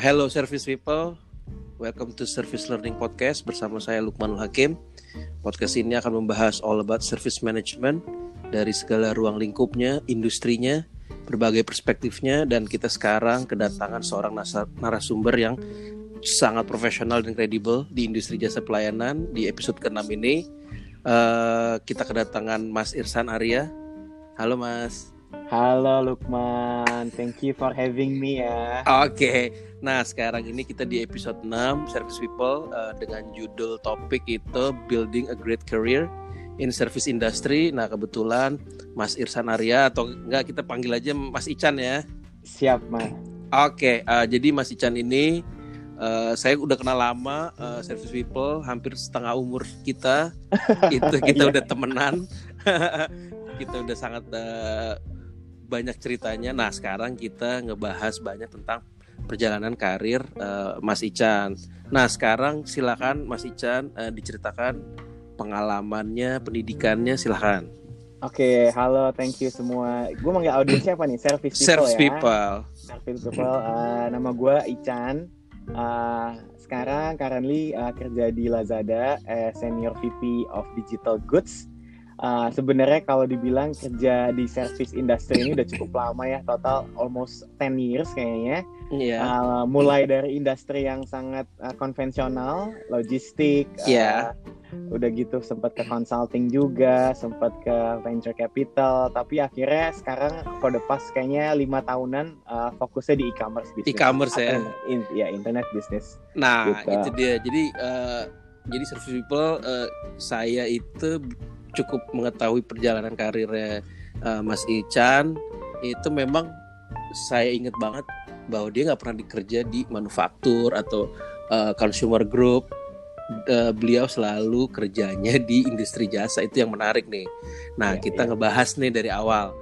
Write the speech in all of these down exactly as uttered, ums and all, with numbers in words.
hello service people, welcome to Service Learning Podcast bersama saya Lukmanul Hakim. Podcast ini akan membahas all about service management dari segala ruang lingkupnya, industrinya, berbagai perspektifnya, dan kita sekarang kedatangan seorang narasumber yang sangat profesional dan kredibel di industri jasa pelayanan. Di episode keenam ini uh, kita kedatangan Mas Irsan Arya. Halo Mas. Halo Lukman, thank you for having me ya. Oke, okay. Nah sekarang ini kita di episode enam Service People uh, dengan judul topik itu Building a Great Career in Service Industry. Nah kebetulan Mas Irsan Arya, atau enggak kita panggil aja Mas Ican ya. Siap Mas. Oke, okay. uh, jadi Mas Ican ini uh, saya udah kenal lama, uh, Service People hampir setengah umur kita. Itu kita udah temenan. Kita udah sangat uh, banyak ceritanya. Nah sekarang kita ngebahas banyak tentang perjalanan karir uh, Mas Ican. Nah sekarang silakan Mas Ican uh, diceritakan pengalamannya, pendidikannya, silakan. Oke, okay, halo, thank you semua. Gue manggil audiensnya apa nih? Service people Service ya. People. Service people. Uh, nama gue Ican. Uh, sekarang currently uh, kerja di Lazada as Senior V P of Digital Goods. Uh, sebenarnya kalau dibilang kerja di service industry ini udah cukup lama ya, total almost ten years kayaknya. Yeah. Uh, mulai dari industri yang sangat uh, konvensional, logistik, yeah. uh, udah gitu sempat ke consulting juga, sempat ke venture capital, tapi akhirnya sekarang for the past kayaknya lima tahunan uh, fokusnya di e-commerce business. E-commerce ya. In, ya internet business. Nah gitu. Itu dia. Jadi uh, jadi service people uh, saya itu cukup mengetahui perjalanan karirnya uh, Mas Ican. Itu memang saya ingat banget bahwa dia nggak pernah dikerja di manufaktur atau uh, consumer group. Uh, beliau selalu kerjanya di industri jasa. Itu yang menarik nih. Nah ya, kita ya. ngebahas nih dari awal,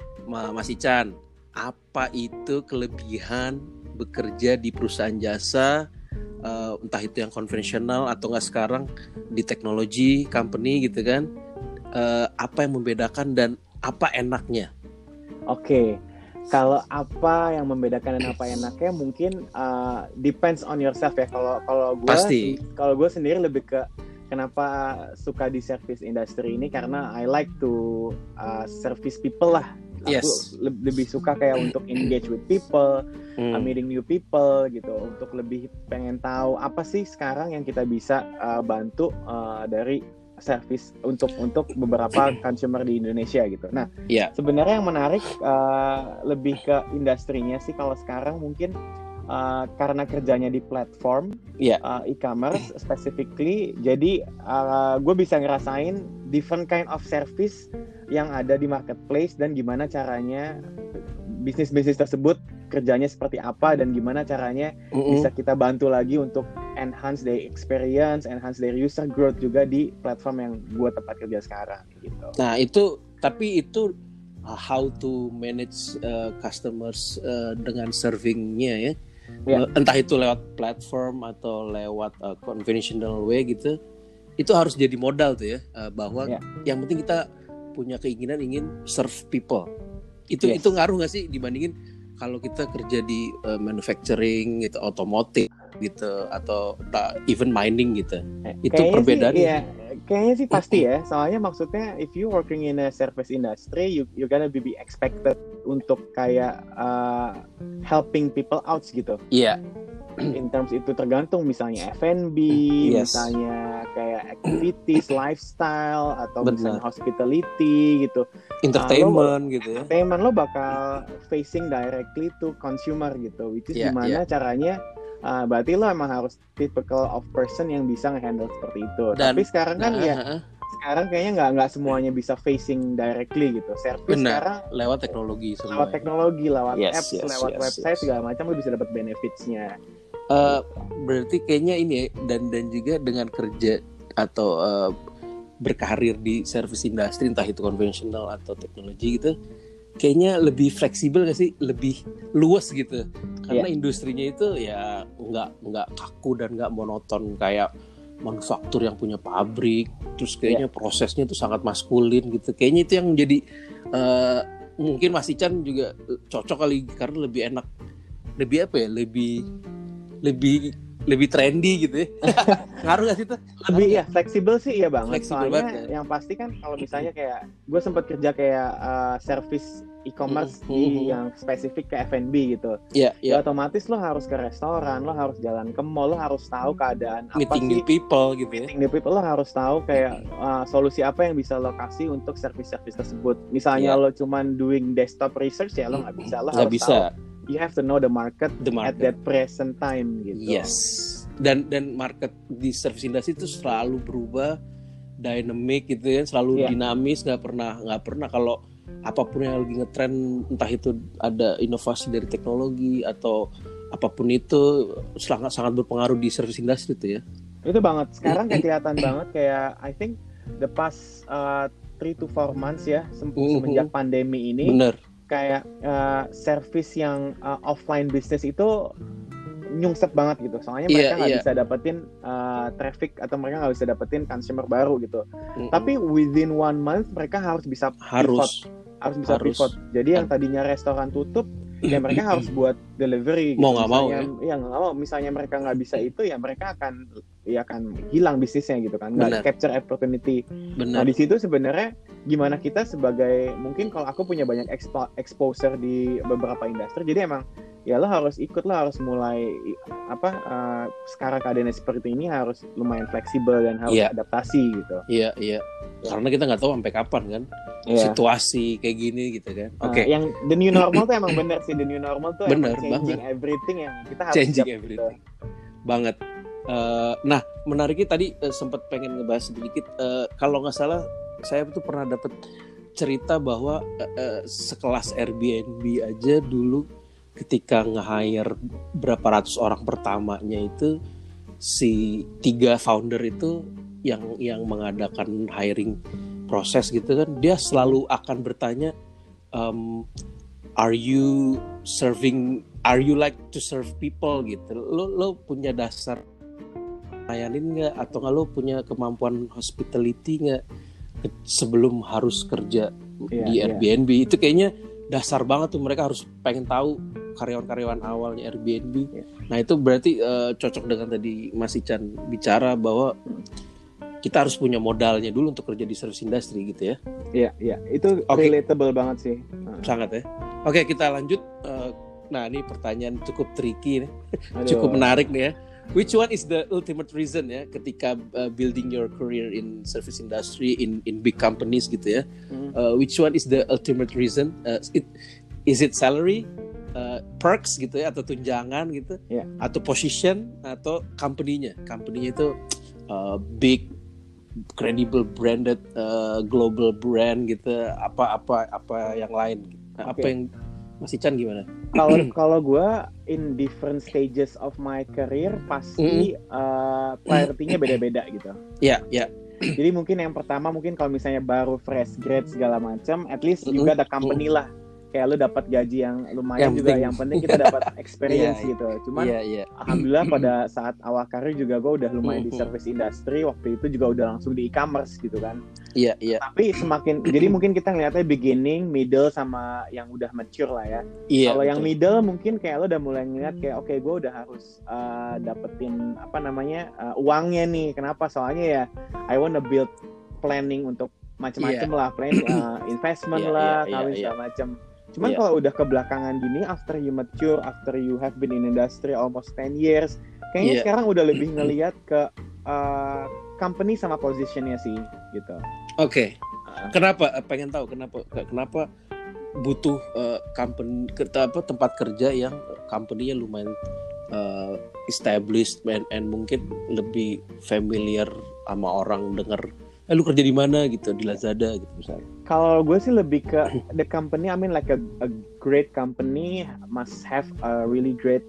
Mas Ican, apa itu kelebihan bekerja di perusahaan jasa, uh, entah itu yang konvensional atau nggak sekarang di teknologi company gitu kan? Uh, apa yang membedakan dan apa enaknya? Oke, okay. Kalau apa yang membedakan dan apa enaknya mungkin uh, depends on yourself ya. Kalau kalau gue kalau gue sendiri lebih ke kenapa suka di service industry ini karena I like to uh, service people lah. Yes. Aku le- lebih suka kayak untuk engage with people, hmm. uh, meeting new people gitu. Untuk lebih pengen tahu apa sih sekarang yang kita bisa uh, bantu uh, dari service untuk untuk beberapa consumer di Indonesia gitu. Nah, yeah. sebenarnya yang menarik uh, lebih ke industrinya sih kalau sekarang mungkin uh, karena kerjanya di platform yeah. uh, e-commerce specifically, jadi uh, gue bisa ngerasain different kind of service yang ada di marketplace dan gimana caranya bisnis-bisnis tersebut kerjanya seperti apa dan gimana caranya mm-hmm. bisa kita bantu lagi untuk enhance their experience, enhance their user growth juga di platform yang gue tempat kerja sekarang gitu. Nah itu, tapi itu uh, how to manage uh, customers uh, dengan servingnya ya, yeah. entah itu lewat platform atau lewat uh, conventional way gitu, itu harus jadi modal tuh ya, uh, bahwa yeah. yang penting kita punya keinginan ingin serve people. Itu yes. itu ngaruh nggak sih dibandingin kalau kita kerja di uh, manufacturing gitu, otomotif gitu, atau uh, even mining gitu. Eh, itu perbedaannya. Iya, kayaknya sih pasti ya. Soalnya maksudnya if you working in a service industry, you you gonna be expected untuk kayak uh, helping people out gitu. Iya. Yeah. In terms itu tergantung misalnya F and B, yes. misalnya kayak activities, lifestyle, atau Bener. misalnya hospitality gitu. Entertainment uh, lo, gitu ya. Entertainment lo bakal facing directly to consumer gitu. Which is yeah, gimana yeah. caranya, uh, berarti lo emang harus typical of person yang bisa nge-handle seperti itu. Dan, tapi sekarang kan nah, ya, uh, sekarang kayaknya nggak nggak semuanya bisa facing directly gitu. Service benar. Sekarang lewat teknologi semua. Lewat teknologi, lewat yes, apps, yes, lewat yes, website yes. segala macam lo bisa dapat benefits-nya. Uh, berarti kayaknya ini ya, dan dan juga dengan kerja atau uh, berkarir di service industry, entah itu konvensional atau teknologi gitu, kayaknya lebih fleksibel nggak sih, lebih luas gitu, karena yeah. industrinya itu ya nggak nggak kaku dan nggak monoton kayak manufaktur yang punya pabrik, terus kayaknya yeah. prosesnya itu sangat maskulin gitu. Kayaknya itu yang menjadi uh, mungkin Mas Ican juga cocok kali karena lebih enak, lebih apa ya, lebih lebih lebih trendy gitu ya. Ngaruh gak sih tuh? Lebih ya fleksibel sih iya banget. Fleksibel Soalnya banget, ya. yang pasti kan kalau misalnya kayak gue sempat kerja kayak uh, service e-commerce Mm-hmm. di yang spesifik ke F and B gitu. Iya, Ya iya. otomatis lo harus ke restoran, lo harus jalan ke mall, lo harus tahu keadaan apa Meeting sih new people gitu ya. meeting new people, lo harus tahu kayak uh, solusi apa yang bisa lo kasih untuk service-service tersebut. Misalnya Iya. lo cuman doing desktop research ya lo nggak bisa, lo Nggak harus bisa. tahu. You have to know the market, The at market. that present time gitu. Yes. Dan dan market di service industry itu selalu berubah, dynamic gitu ya, selalu Iya. dinamis, nggak pernah nggak pernah kalau apapun yang lagi ngetren, entah itu ada inovasi dari teknologi atau apapun itu sangat sangat berpengaruh di service industry itu ya. Itu banget. Sekarang kayak kelihatan banget kayak I think the past uh, three to four months ya sem- semenjak pandemi ini. Bener. Kayak uh, service yang uh, offline business itu nyungsep banget gitu. Soalnya mereka Iya, nggak iya. bisa dapetin uh, traffic atau mereka nggak bisa dapetin consumer baru gitu. Mm-mm. Tapi within one month mereka harus bisa pivot. harus harus bisa harus. pivot. Jadi yang tadinya restoran tutup, ya mereka harus buat delivery. Mau nggak mau, Misalnya- ya nggak mau. Misalnya mereka nggak bisa itu, ya mereka akan ya akan hilang bisnisnya gitu kan. Benar. Nggak capture opportunity. Nah benar. di situ sebenarnya gimana kita sebagai mungkin kalau aku punya banyak expo- exposure di beberapa industri, jadi emang ya lo harus ikut, lo harus mulai apa uh, sekarang keadaannya seperti ini harus lumayan fleksibel dan harus Iya. adaptasi gitu. Iya, iya. Karena kita nggak tahu sampai kapan kan Iya. situasi kayak gini gitu kan. Nah, Oke. yang the new normal tuh emang bener sih, the new normal tuh Bener emang changing everything yang kita harus Changing siap everything. gitu. Banget. Eh, nah, menariknya tadi uh, sempat pengen ngebahas sedikit. Uh, kalau nggak salah, saya tuh pernah dapat cerita bahwa uh, uh, sekelas Airbnb aja dulu ketika nge-hire berapa ratus orang pertamanya itu si tiga founder itu yang yang mengadakan hiring proses gitu kan, dia selalu akan bertanya, um, are you serving, are you like to serve people gitu. Lo lo punya dasar layanin nggak, atau nggak lo punya kemampuan hospitality nggak sebelum harus kerja Iya, di iya. Airbnb. Itu kayaknya dasar banget tuh, mereka harus pengen tahu karyawan-karyawan awalnya Airbnb. Iya. Nah itu berarti uh, cocok dengan tadi Mas Ican bicara bahwa kita harus punya modalnya dulu untuk kerja di service industry gitu ya. Iya, iya, itu Oke. relatable banget sih. Nah, Sangat ya. Oke, kita lanjut. Uh, nah ini pertanyaan cukup tricky nih. aduh. Cukup menarik nih ya. Which one is the ultimate reason ya ketika uh, building your career in service industry in in big companies gitu ya? Hmm. Uh, which one is the ultimate reason? Uh, it, is it salary, uh, perks gitu ya, atau tunjangan gitu, Yeah. atau position, atau company-nya? Company-nya itu uh, big, credible, branded, uh, global brand gitu. Apa apa apa yang lain? Nah, Apa Okay. yang Mas Ican gimana? Kalau kalau gue in different stages of my career pasti uh, priority-nya beda-beda gitu. Ya, ya. Jadi mungkin yang pertama mungkin kalau misalnya baru fresh grade segala macam, at least Mm-mm. juga ada company lah. Kayak lu dapat gaji yang lumayan Yang juga, penting. yang penting kita dapat experience Iya, iya. gitu. Cuman Iya, iya. alhamdulillah pada saat awal karir juga gue udah lumayan di Mm-mm. service industry, waktu itu juga udah langsung di e-commerce gitu kan. Iya, iya. Tapi semakin jadi mungkin kita ngeliatnya beginning, middle sama yang udah mature lah ya. Iya. Kalau yang betul. middle mungkin kayak lo udah mulai ngeliat kayak oke gue udah harus uh, dapetin apa namanya uh, uangnya nih. Kenapa? Soalnya ya I wanna build planning untuk macam-macam Iya. lah, planning uh, investment Iya, lah, iya, kawin iya, segala macam. Cuman Iya. kalau udah ke belakangan gini, after you mature, after you have been in industry almost ten years, kayaknya Iya. sekarang udah lebih ngeliat ke uh, company sama positionnya sih gitu. Oke. Uh, Kenapa? Eh, Pengen tahu kenapa? Kenapa butuh uh, company ke- apa tempat kerja yang company-nya lumayan uh, established and, and mungkin lebih familiar sama orang denger. Eh lu kerja di mana gitu, di Lazada gitu misalnya. Kalau gue sih lebih ke the company, I mean like a, a great company must have a really great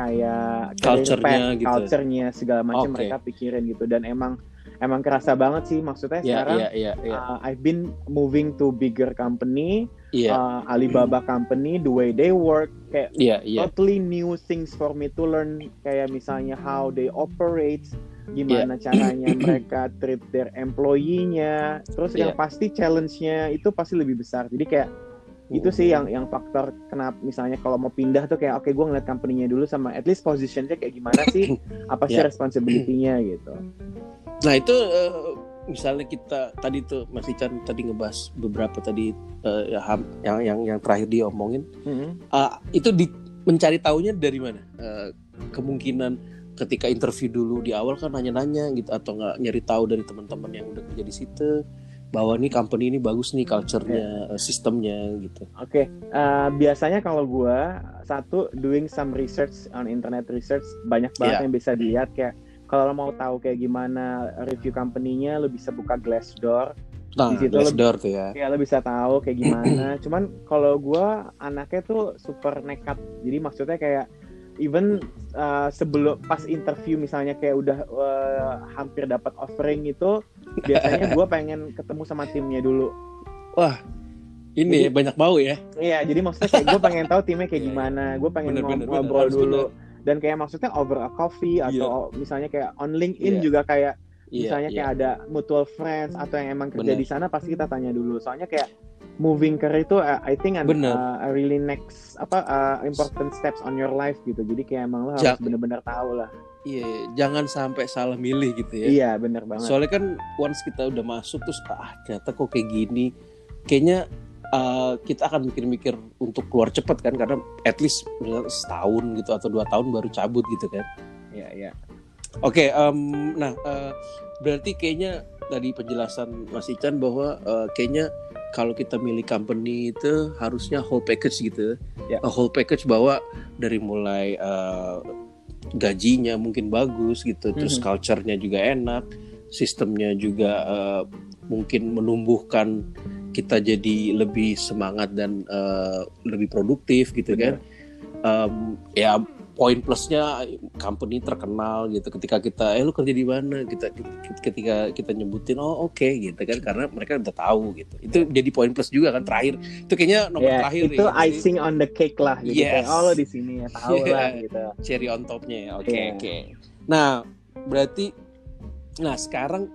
kayak career Culture-nya path, gitu. culture-nya segala macam Oke. mereka pikirin gitu, dan emang emang kerasa banget sih maksudnya Iya, sekarang. iya, iya, iya. uh, I've been moving to bigger company, Iya, uh, Alibaba company, the way they work kayak iya, iya. totally new things for me to learn, kayak misalnya how they operate, gimana caranya mereka treat their employee-nya, terus yang Yeah. pasti challenge-nya itu pasti lebih besar. Jadi kayak Itu sih yang yang faktor kenapa misalnya kalau mau pindah tuh kayak oke okay, gue ngeliat company-nya dulu sama at least position-nya kayak gimana sih, apa sih yeah. responsibility-nya gitu. Nah itu uh, misalnya kita tadi tuh Mas Ican tadi ngebahas beberapa tadi uh, yang yang yang terakhir dia omongin, mm-hmm. uh, itu di, mencari tahunya dari mana? Uh, kemungkinan ketika interview dulu di awal kan nanya-nanya gitu atau nggak nyari tahu dari teman-teman yang udah kerja di situ bahwa nih company ini bagus nih culture-nya, yeah. sistemnya gitu. Oke, okay. uh, biasanya kalau gue satu doing some research on internet research banyak banget yeah. yang bisa dilihat kayak kalau lo mau tahu kayak gimana review company-nya lo bisa buka Glassdoor. Nah, di situ Glassdoor lo, tuh ya. Ya lo bisa tahu kayak gimana. Cuman kalau gue anaknya tuh super nekat. Jadi maksudnya kayak even uh, sebelum pas interview misalnya kayak udah uh, hampir dapat offering itu biasanya gue pengen ketemu sama timnya dulu. Wah, ini jadi, banyak mau ya? Iya, jadi maksudnya kayak gue pengen tahu timnya kayak gimana, gue pengen bener, ngobrol bener, dulu. Bener. Dan kayak maksudnya over a coffee atau yeah. misalnya kayak on LinkedIn yeah. juga kayak yeah, misalnya yeah. kayak ada mutual friends atau yang emang kerja bener. Di sana pasti kita tanya dulu. Soalnya kayak moving career itu uh, I think an, uh, a really next apa uh, important steps on your life gitu. Jadi kayak emang lo harus benar-benar tahu lah. Iya, jangan sampai salah milih gitu ya. Iya, benar banget. Soalnya kan once kita udah masuk terus ah ternyata kok kayak gini. Kayaknya uh, kita akan mikir-mikir untuk keluar cepat kan karena at least setahun gitu atau dua tahun baru cabut gitu kan. Iya, iya. Oke, okay, um, nah uh, berarti kayaknya tadi penjelasan Mas Ican bahwa uh, kayaknya kalau kita milih company itu harusnya whole package gitu. Ya. A whole package bahwa dari mulai uh, gajinya mungkin bagus gitu, terus mm-hmm. culture-nya juga enak, sistemnya juga uh, mungkin menumbuhkan kita jadi lebih semangat dan uh, lebih produktif gitu kan. Um, ya poin plusnya company terkenal gitu ketika kita eh lu kerja di mana kita ketika kita nyebutin oh oke okay, gitu kan karena mereka udah tahu gitu itu jadi poin plus juga kan terakhir itu kayaknya nomor yeah, terakhir itu ya, icing jadi, on the cake lah gitu yes. kayak oh lo di sini ya tahu yeah, lah gitu cherry on topnya oke okay, yeah. oke okay. Nah berarti nah sekarang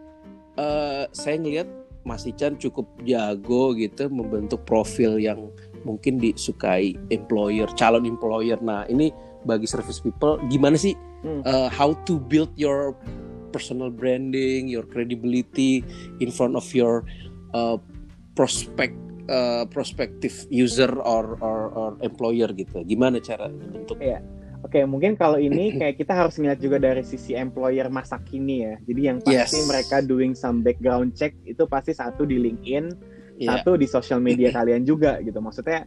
uh, saya ngelihat Mas Ican cukup jago gitu membentuk profil yang mungkin disukai employer calon employer. Nah ini bagi service people gimana sih hmm. uh, how to build your personal branding, your credibility in front of your uh, prospect uh, prospective user or, or or employer gitu. Gimana cara bentuk? Ya. Oke, mungkin kalau ini kayak kita harus melihat juga dari sisi employer masa kini ya. Jadi yang pasti yes. mereka doing some background check itu pasti satu di LinkedIn, yeah. satu di social media kalian juga gitu. Maksudnya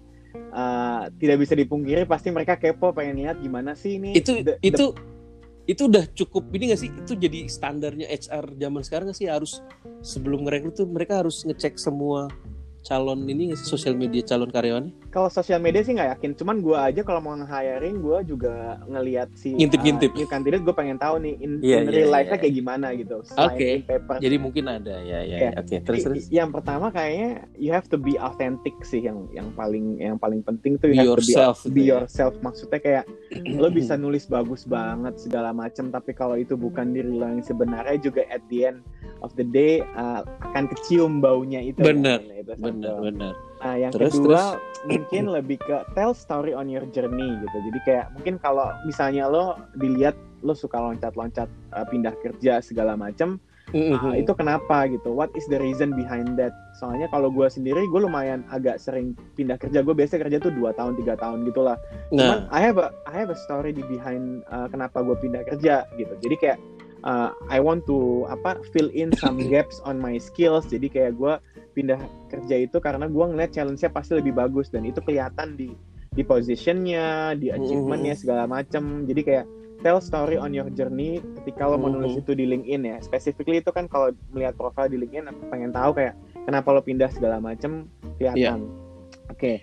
Uh, tidak bisa dipungkiri pasti mereka kepo pengen lihat gimana sih ini itu the, itu the... itu udah cukup ini nggak sih itu jadi standarnya H R zaman sekarang nggak sih harus sebelum ngerekrut tuh mereka harus ngecek semua calon ini nggak sih sosial media calon karyawannya? Kalau sosial media sih nggak yakin, cuman gue aja kalau mau nge-hiring gue juga ngelihat si ngintip-ngintip uh, candidate gue pengen tahu nih in, yeah, in real yeah, life-nya yeah. kayak gimana gitu. Oke. Okay. Jadi mungkin ada ya ya. Yeah. Oke. Okay. Terus terus. Yang pertama kayaknya you have to be authentic sih yang yang paling yang paling penting tuh you be have yourself, to be, be yourself. Maksudnya kayak lo bisa nulis bagus banget segala macam, tapi kalau itu bukan diri lo yang sebenarnya juga at the end of the day uh, akan kecium baunya itu. Benar. Kan? Benar benar. Nah, yang terus, kedua terus. Mungkin lebih ke tell story on your journey gitu. Jadi kayak mungkin kalau misalnya lo dilihat lo suka loncat-loncat uh, pindah kerja segala macam, mm-hmm. uh, itu kenapa gitu? What is the reason behind that? Soalnya kalau gue sendiri gue lumayan agak sering pindah kerja. Gue biasa kerja tuh dua tahun tiga tahun gitulah. Cuman nah. I have a I have a story di behind uh, kenapa gue pindah kerja gitu. Jadi kayak uh, I want to apa fill in some gaps on my skills. Jadi kayak gue pindah kerja itu karena gue ngeliat challenge-nya pasti lebih bagus dan itu kelihatan di di position-nya, di achievement-nya segala macam. Jadi kayak tell story on your journey ketika lo mau nulis itu di LinkedIn ya. Specifically itu kan kalau melihat profile di LinkedIn aku pengen tahu kayak kenapa lo pindah segala macam kelihatan. Yeah. Oke. Okay.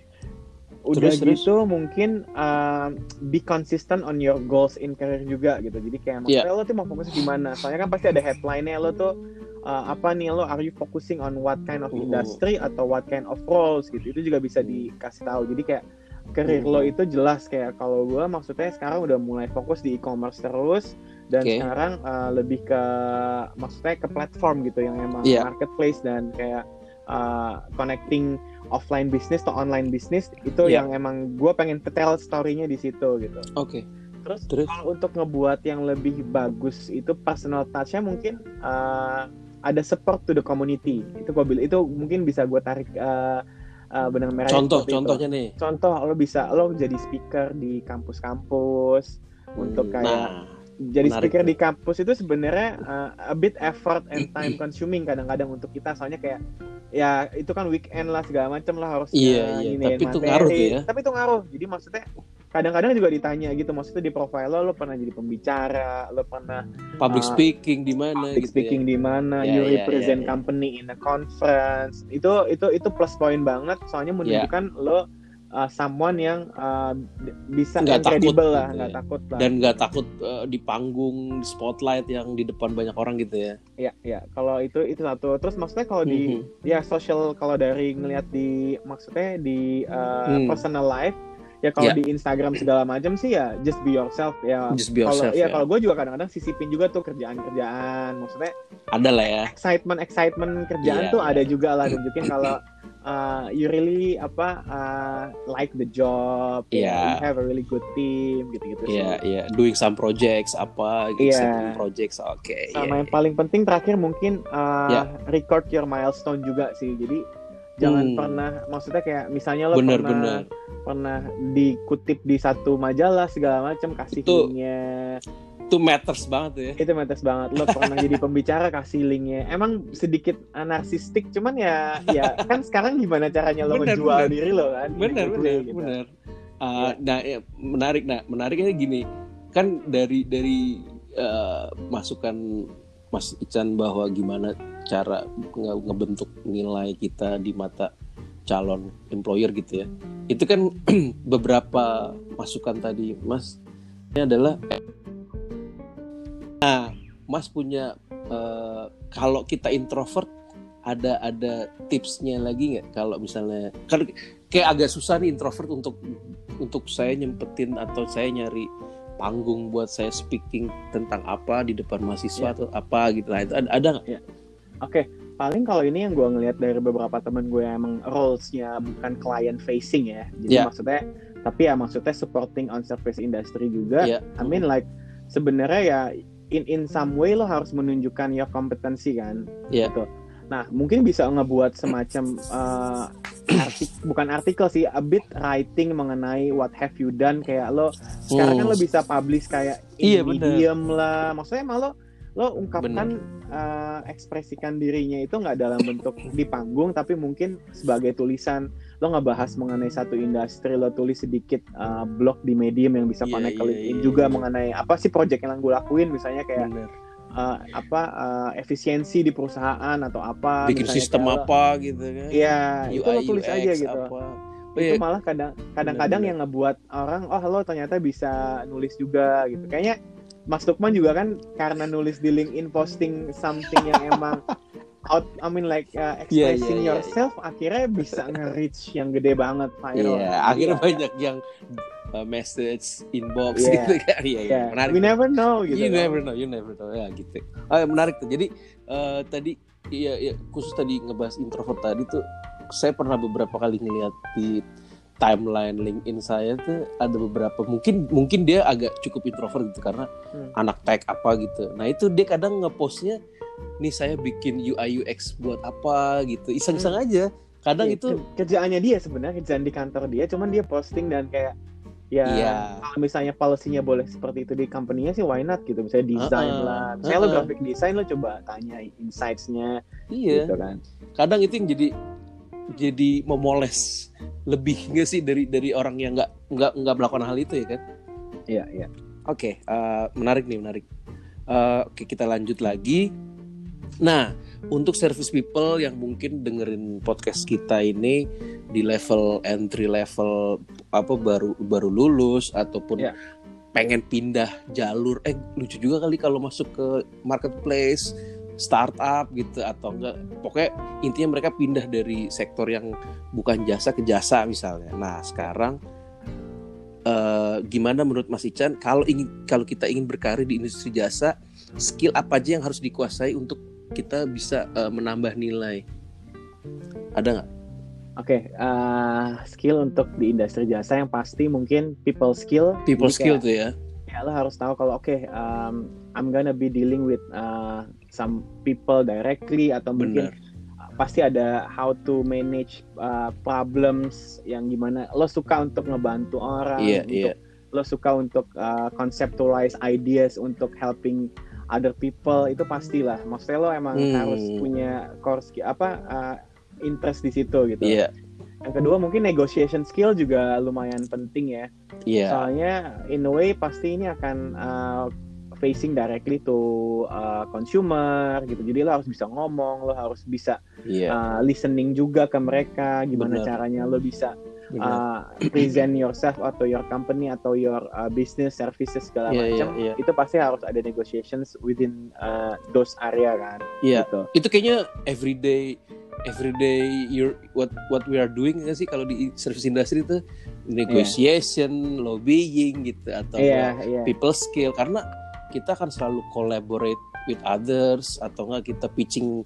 Udah terus, gitu terus. Mungkin uh, be consistent on your goals in career juga gitu. Jadi kayak maksudnya yeah. lo tuh mau fokus di mana? Soalnya kan pasti ada headline-nya lo tuh uh, apa nih lo are you focusing on what kind of industry uh. atau what kind of roles gitu. Itu juga bisa dikasih tahu. Jadi kayak career uh. lo itu jelas kayak kalau gue maksudnya sekarang udah mulai fokus di e-commerce terus dan okay. sekarang uh, lebih ke maksudnya ke platform gitu yang emang yeah. marketplace dan kayak uh, connecting offline business to online business itu Yeah. yang emang gue pengen tell story-nya di situ gitu. Oke. Terus, Terus? kalau untuk ngebuat yang lebih bagus itu personal touch-nya mungkin uh, ada support to the community. Itu gue bilang itu mungkin bisa gue tarik uh, uh, benang merahnya. Contoh, seperti itu. contohnya nih. Contoh lo bisa lo jadi speaker di kampus-kampus untuk kayak Nah, jadi menarik speaker tuh. di kampus itu sebenarnya uh, a bit effort and time consuming kadang-kadang untuk kita, soalnya kayak ya itu kan weekend lah segala macam lah harus Iya, iya, nginiin tapi itu materi. ngaruh tuh ya. Tapi itu ngaruh. Jadi maksudnya kadang-kadang juga ditanya gitu, maksudnya di profile lo lo pernah jadi pembicara, lo pernah Public uh, speaking di mana public gitu speaking ya. di mana, Ya, you ya, represent ya, ya. company in a conference. Itu itu itu plus point banget, soalnya menunjukkan lo uh, someone yang uh, bisa Nggak yang takut credible lah, gitu nggak ya. takut lah. Dan nggak takut uh, di panggung, di spotlight yang di depan banyak orang gitu ya. Ya, ya. Kalau itu itu satu. Terus maksudnya kalau di Mhm. ya social, kalau dari ngelihat di maksudnya di uh, Hmm. personal life, ya kalau Ya. di Instagram segala macam sih ya just be yourself ya. Just be Kalau yourself, ya ya. kalau gue juga kadang-kadang sisipin juga tuh kerjaan-kerjaan. Maksudnya Ada lah ya. excitement excitement kerjaan Iya, tuh iya. ada juga lah, tunjukin kalau uh, you really apa uh, like the job, Iya. ya, you have a really good team gitu-gitu sih. Iya, iya. Doing some projects apa, Iya. exciting projects. Oke. Sama iya, yang iya. paling penting terakhir mungkin uh, Ya. record your milestone juga sih. Jadi jangan Hmm. pernah, maksudnya kayak misalnya lo Bener, pernah bener. pernah dikutip di satu majalah segala macam, kasih Itu- linknya. Itu matters banget ya. Itu matters banget. Lo pernah jadi pembicara, kasih linknya. Emang sedikit uh, narsistik, cuman ya ya kan sekarang gimana caranya lo Bener, menjual bener. diri lo kan? Benar, Gitu, benar, gitu. benar. Uh, Nah, ya, menarik. Nah, menariknya gini, kan dari dari uh, masukan Mas Ican bahwa gimana cara nge- ngebentuk nilai kita di mata calon employer gitu ya. Itu kan beberapa masukan tadi, Mas. Ini adalah, nah, Mas punya uh, kalau kita introvert ada ada tipsnya lagi nggak? Kalau misalnya kan kayak agak susah nih introvert untuk untuk saya nyempetin atau saya nyari panggung buat saya speaking tentang apa di depan mahasiswa Ya. atau apa gitu lah. Itu ada ada nggak? Oke, paling kalau ini yang gue ngelihat dari beberapa temen gue yang emang roles-nya bukan client facing ya. Jadi Ya. maksudnya, tapi ya maksudnya supporting on service industry juga. Ya. I mean like sebenarnya ya in in some way lo harus menunjukkan your kompetensi kan. Ya. Gitu. Nah, mungkin bisa ngebuat semacam uh, artik bukan artikel sih, a bit writing mengenai what have you done, kayak lo sekarang kan Hmm. lo bisa publish kayak Iya, in bener. Medium lah. Maksudnya emang lo lo ungkapkan uh, ekspresikan dirinya itu nggak dalam bentuk di panggung, tapi mungkin sebagai tulisan. Lo ngebahas mengenai satu industri, lo tulis sedikit uh, blog di Medium yang bisa Iya, connect ke iya, LinkedIn iya, juga iya. mengenai apa sih project yang gue lakuin, misalnya kayak Bener. uh, apa uh, efisiensi di perusahaan atau apa, Bikin misalnya sistem kayak lo- apa gitu kan. Iya, U itu I, lo tulis U X aja gitu. apa. Oh, Itu iya. malah kadang kadang-kadang Bener-bener. yang ngebuat orang, oh lo ternyata bisa nulis juga gitu. Kayaknya Mas Lukman juga kan karena nulis di LinkedIn posting something yang emang out, I mean like uh, Iya, expressing iya, iya, yourself, akhirnya bisa nge-reach yang gede banget viral. Iya, akhirnya Iya. banyak yang uh, message inbox Iya. gitu kan. Iya, iya, Ya, menarik. we never know gitu. You kan. never know, you never know. Ya gitu. Ah, menarik tuh. Jadi eh, tadi iya, iya, khusus tadi ngebahas introvert tadi tuh, saya pernah beberapa kali ngeliat di timeline LinkedIn saya tuh ada beberapa, mungkin mungkin dia agak cukup introvert gitu karena Hmm. anak tech apa gitu. Nah itu dia kadang ngepostnya, nih saya bikin U I U X buat apa gitu, iseng-iseng aja. Kadang Iya, itu kerjaannya dia sebenarnya, kerjaan di kantor dia, cuman dia posting dan kayak ya iya. kalau misalnya policy-nya boleh seperti itu di company-nya sih why not gitu, misalnya desain Uh-uh, lah, misalnya lo uh-uh. graphic design, lo coba tanya insights-nya Iya. gitu kan. Kadang itu yang jadi jadi memoles lebih nggak sih dari dari orang yang nggak nggak nggak melakukan hal itu ya kan? Iya, iya. Oke, eh, menarik nih, menarik. Eh, oke, kita lanjut lagi. Nah, untuk service people yang mungkin dengerin podcast kita ini di level entry level apa baru baru lulus ataupun Ya. pengen pindah jalur, eh lucu juga kali kalau masuk ke marketplace, startup gitu atau enggak, pokoknya intinya mereka pindah dari sektor yang bukan jasa ke jasa misalnya. Nah, sekarang Uh, gimana menurut Mas Ican kalau ingin kalau kita ingin berkarir di industri jasa, skill apa aja yang harus dikuasai untuk kita bisa uh, menambah nilai? Ada nggak? Oke, okay, uh, skill untuk di industri jasa yang pasti mungkin people skill. People skill kayak, tuh ya. Ya lo harus tahu kalau oke, okay, um, I'm gonna be dealing with uh, some people directly atau mungkin uh, pasti ada how to manage uh, problems yang gimana. Lo suka untuk ngebantu orang, yeah, untuk yeah. lo suka untuk uh, conceptualize ideas untuk helping other people, itu pastilah. Maksudnya lo emang hmm. harus punya core skill apa uh, interest di situ gitu. Yeah. Yang kedua mungkin negotiation skill juga lumayan penting ya. Yeah. Soalnya in a way pasti ini akan uh, facing directly to uh, consumer gitu. Jadi lo harus bisa ngomong, lo harus bisa yeah. uh, listening juga ke mereka. Gimana Bener. caranya lo bisa uh, present yourself atau your company atau your uh, business services segala yeah, macam. Yeah, yeah. Itu pasti harus ada negotiations within uh, those area kan. Iya. Yeah. Gitu. Itu kayaknya everyday everyday you're what what we are doing nggak sih kalau di service industry itu negotiation, yeah. lobbying gitu atau yeah, yeah. people skill, karena kita akan selalu collaborate with others atau nggak kita pitching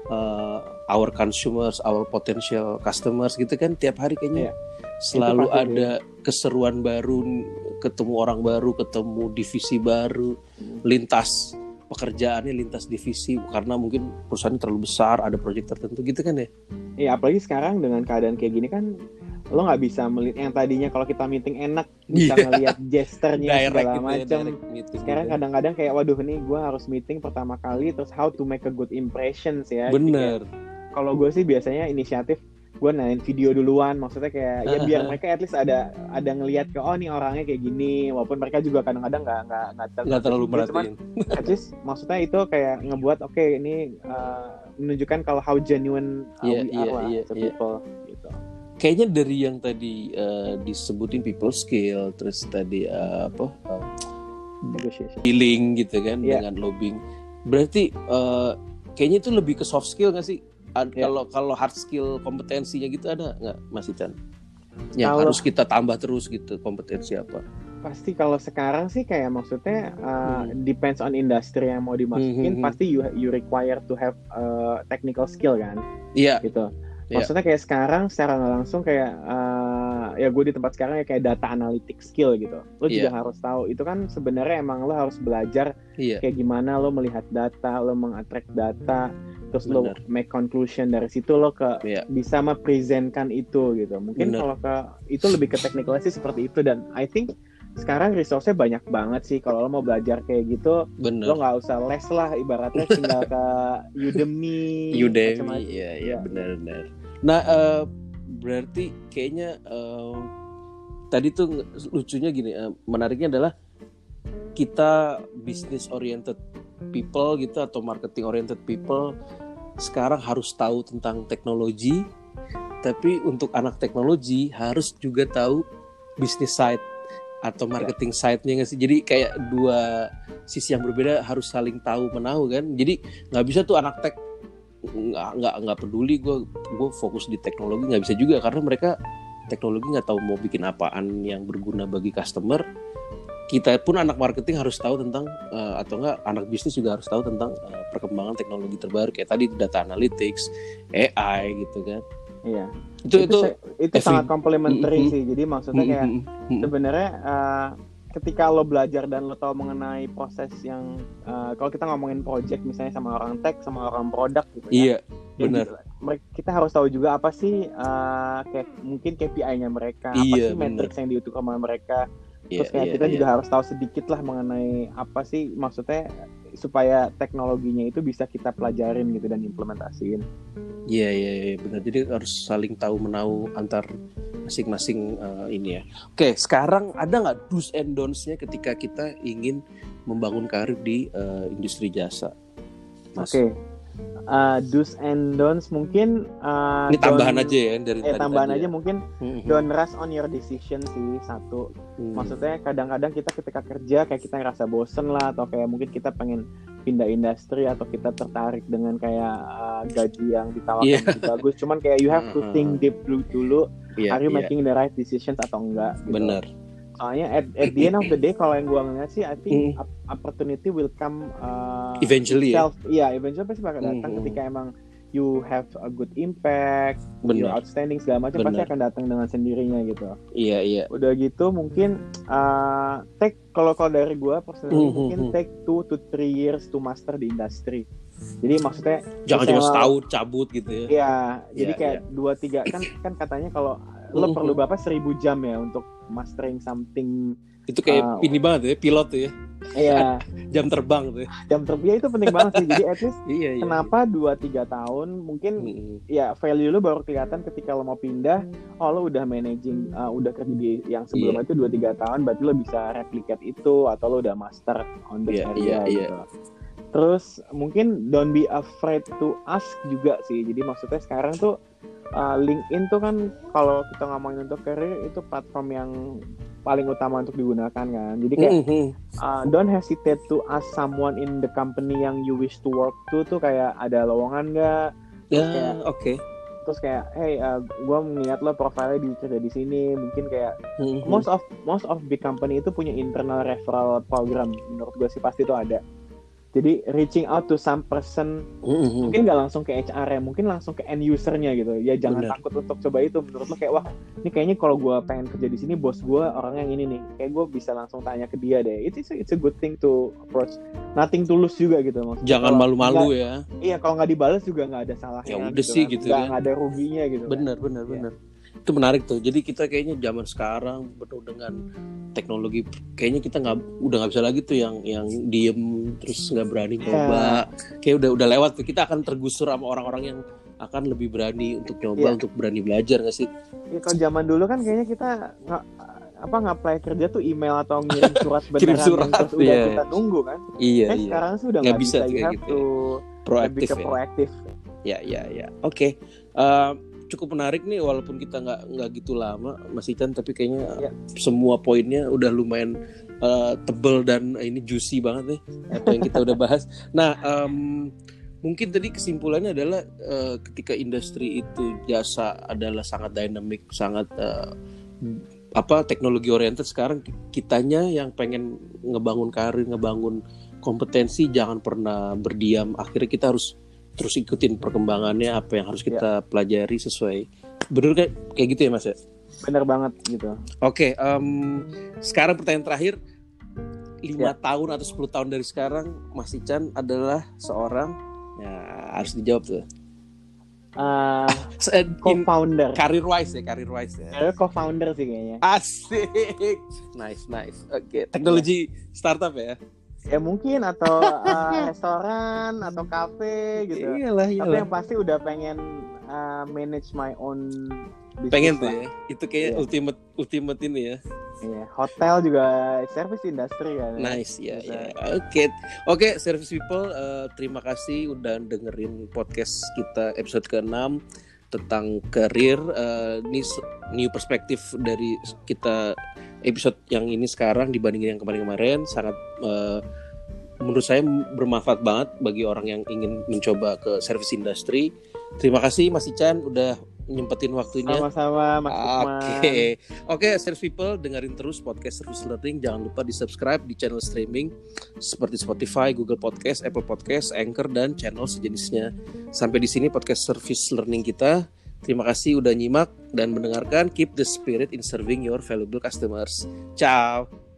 uh, our consumers, our potential customers gitu kan tiap hari kayaknya yeah. selalu ada ya. keseruan baru, ketemu orang baru, ketemu divisi baru, hmm. lintas pekerjaannya lintas divisi karena mungkin perusahaannya terlalu besar, ada proyek tertentu gitu kan ya. Iya, apalagi sekarang dengan keadaan kayak gini kan lo nggak bisa melihat yang tadinya kalau kita meeting enak bisa yeah. ngelihat gesturnya segala gitu macam. Ya, sekarang gitu. Kadang-kadang kayak waduh nih gue harus meeting pertama kali terus how to make a good impressions ya. Bener. Kalau gue sih biasanya inisiatif gue nanya video duluan, maksudnya kayak ya biar mereka at least ada ada ngelihat ke oh nih orangnya kayak gini, walaupun mereka juga kadang-kadang nggak nggak nggak terlalu merhatiin. At least maksudnya itu kayak ngebuat oke okay, ini uh, menunjukkan kalau how genuine uh, yeah, we yeah, are lah yeah, to yeah. people gitu. Kayaknya dari yang tadi uh, disebutin people skill, terus tadi uh, apa uh, negotiation, dealing gitu kan yeah. dengan lobbying, berarti uh, kayaknya itu lebih ke soft skill nggak sih? Yeah. Kalau kalau hard skill kompetensinya gitu ada nggak Mas Ican? Yang kalau, harus kita tambah terus gitu kompetensi apa? Pasti kalau sekarang sih kayak maksudnya uh, hmm. depends on industry yang mau dimasukin. Hmm. Pasti you you require to have uh, technical skill kan? Iya. Yeah. Gitu. Maksudnya kayak sekarang secara nggak langsung kayak uh, ya gue di tempat sekarang ya kayak data analytics skill gitu. Lo yeah. juga harus tahu itu kan sebenarnya emang lo harus belajar yeah. kayak gimana lo melihat data, lo mengattract data. Terus Bener. lo make conclusion dari situ lo ke yeah. bisa mempresentkan itu gitu. Mungkin Bener. kalau ke itu lebih ke technical sih seperti itu, dan I think sekarang resource-nya banyak banget sih kalau lo mau belajar kayak gitu. Bener. Lo nggak usah les lah, ibaratnya tinggal ke Udemy. Udemy, iya iya benar-benar. Nah uh, berarti kayaknya uh, tadi tuh lucunya gini, uh, menariknya adalah kita business oriented people gitu atau marketing oriented people sekarang harus tahu tentang teknologi, tapi untuk anak teknologi harus juga tahu business side atau marketing side-nya nggak sih? Jadi kayak dua sisi yang berbeda harus saling tahu menahu kan. Jadi nggak bisa tuh anak tech nggak nggak nggak peduli gue gue fokus di teknologi, nggak bisa juga karena mereka teknologi nggak tahu mau bikin apaan yang berguna bagi customer. Kita pun anak marketing harus tahu tentang uh, atau enggak anak bisnis juga harus tahu tentang uh, perkembangan teknologi terbaru kayak tadi data analytics, A I gitu kan. Iya. Itu itu itu, itu every... sangat complementary mm-hmm. sih. Jadi maksudnya kayak mm-hmm. sebenarnya uh, ketika lo belajar dan lo tahu mengenai proses yang uh, kalau kita ngomongin project misalnya sama orang tech sama orang produk gitu iya, ya. Benar. Kita harus tahu juga apa sih uh, kayak mungkin K P I-nya mereka, iya, apa sih metrics yang diutuk sama mereka. Terus kayak yeah, kita yeah, juga yeah. harus tahu sedikit lah mengenai apa sih maksudnya supaya teknologinya itu bisa kita pelajarin gitu dan implementasiin. Iya yeah, iya yeah, yeah, benar. Jadi harus saling tahu menahu antar masing-masing uh, ini ya. Oke, sekarang ada nggak do's and don'ts-nya ketika kita ingin membangun karir di uh, industri jasa? Mas. Oke. Uh, do's and don'ts mungkin uh, ini tambahan aja ya dari eh, tadi tambahan tadi aja ya. Mungkin mm-hmm. don't rush on your decision sih satu. Hmm. Maksudnya kadang-kadang kita ketika kerja kayak kita ngerasa bosen lah atau kayak mungkin kita pengen pindah industri atau kita tertarik dengan kayak uh, gaji yang ditawarkan yeah. lebih bagus. Cuman kayak you have to think deep dulu dulu. Yeah, are you yeah. making the right decisions atau enggak? Gitu. Bener. Soalnya at, at the end of the day kalau yang gue ngeliat sih I think mm. opportunity will come uh, eventually self, ya yeah, eventually pasti bakal datang mm-hmm. ketika emang you have a good impact, Bener. you're outstanding segala macam, pasti akan datang dengan sendirinya gitu. Iya iya. Udah gitu mungkin uh, take kalau kalau dari gue personally Mm-hmm. mungkin take two to three years to master the industry. Jadi maksudnya jangan cuma setahun cabut gitu ya. Iya, jadi Iya, kayak iya. dua tiga kan kan katanya kalau lo Mhm. perlu berapa seribu jam ya untuk mastering something. Itu kayak Uh, ini banget ya, pilot tuh ya. Iya, Jam terbang tuh ya. jam terbang itu penting banget sih. Jadi at least Iya iya. kenapa dua tiga tahun mungkin Mm-mm. ya value lo baru kelihatan ketika lo mau pindah. Oh lo udah managing, uh, udah kerja di yang sebelumnya itu dua tiga tahun, berarti lo bisa replicate itu atau lo udah master on this Iya, area iya, iya. gitu. Terus mungkin don't be afraid to ask juga sih. Jadi maksudnya sekarang tuh uh, LinkedIn tuh kan kalau kita ngomongin untuk career itu platform yang paling utama untuk digunakan kan. Jadi kayak Mhm. uh, don't hesitate to ask someone in the company yang you wish to work to tuh kayak ada lowongan nggak? Ya, kayak- oke. Terus kayak hey uh, gue ngeliat lo profilnya di kerja di sini. Mungkin kayak Mhm. most of most of big company itu punya internal referral program. Menurut gue sih pasti itu ada. Jadi reaching out to some person Mhm. mungkin nggak langsung ke H R ya, mungkin langsung ke end usernya gitu. Ya jangan Bener. takut untuk coba itu. Menurut lo kayak wah, ini kayaknya kalau gue pengen kerja di sini, bos gue orang yang ini nih, kayak gue bisa langsung tanya ke dia deh. It's a, it's a good thing to approach. Nothing to lose juga gitu maksudnya. Jangan Kalau malu-malu nggak- ya. Iya, kalau nggak dibalas juga nggak ada salahnya. Ya udah sih gitu nggak, kan. nggak ada ruginya gitu. kan. Bener bener Iya. bener. Itu menarik tuh. Jadi kita kayaknya zaman sekarang penuh dengan teknologi, kayaknya kita nggak udah nggak bisa lagi tuh yang yang diem terus nggak berani coba. Kayak udah udah lewat tuh. Kita akan tergusur sama orang-orang yang akan lebih berani untuk nyoba, Iya. untuk berani belajar nggak sih? Ya, kalau zaman dulu kan kayaknya kita nggak apa nge-apply kerja tuh email atau ngirim surat beneran Kirim surat, yang terus udah iya. kita nunggu kan. Iya Eh iya. sekarang sih udah Nggak nggak bisa bisa, tuh you kayak have gitu to lebih Proaktif ke ya. proaktif. Ya ya ya. Oke. Eh, cukup menarik nih walaupun kita nggak nggak gitu lama Mas Ican, tapi kayaknya Ya. semua poinnya udah lumayan eh, tebel dan ini juicy banget nih apa yang kita udah bahas. Nah, em, mungkin tadi kesimpulannya adalah eh, ketika industri itu jasa adalah sangat dynamic, sangat eh, apa teknologi oriented, sekarang kitanya yang pengen ngebangun karir, ngebangun kompetensi, jangan pernah berdiam. Akhirnya kita harus terus ikutin perkembangannya, apa yang harus kita pelajari sesuai. Bener kayak kayak gitu ya Mas ya? Bener banget gitu. Oke, em, sekarang pertanyaan terakhir. lima Ya. tahun atau sepuluh tahun dari sekarang Mas Ican adalah seorang, ya harus dijawab tuh. Uh, Se- in- co-founder. Career wise ya, career wise ya. Saya co-founder sih kayaknya. Asik. Nice, nice. Oke, teknologi startup ya. Ya mungkin atau uh, restoran atau kafe gitu. Iyalah, Tapi iyalah. yang pasti udah pengen uh, manage my own business. Pengen tuh lah. ya. Itu kayak Iya. ultimate ultimate ini ya. Iya, hotel juga service industry kan. ya. Nice ya, Bisa. ya. Oke, oke, service people, eh, terima kasih udah dengerin podcast kita episode keenam tentang karir. Eh, ini s- new perspektif dari kita episode yang ini sekarang dibandingin yang kemarin-kemarin, sangat eh, menurut saya bermanfaat banget bagi orang yang ingin mencoba ke service industry. Terima kasih Mas Ican udah nyempetin waktunya. Sama-sama Mas Lukman. Oke, oke, service people, dengerin terus podcast Service Learning. Jangan lupa di subscribe di channel streaming seperti Spotify, Google Podcast, Apple Podcast, Anchor, dan channel sejenisnya. Sampai di sini podcast Service Learning kita. Terima kasih udah nyimak dan mendengarkan. Keep the spirit in serving your valuable customers. Ciao.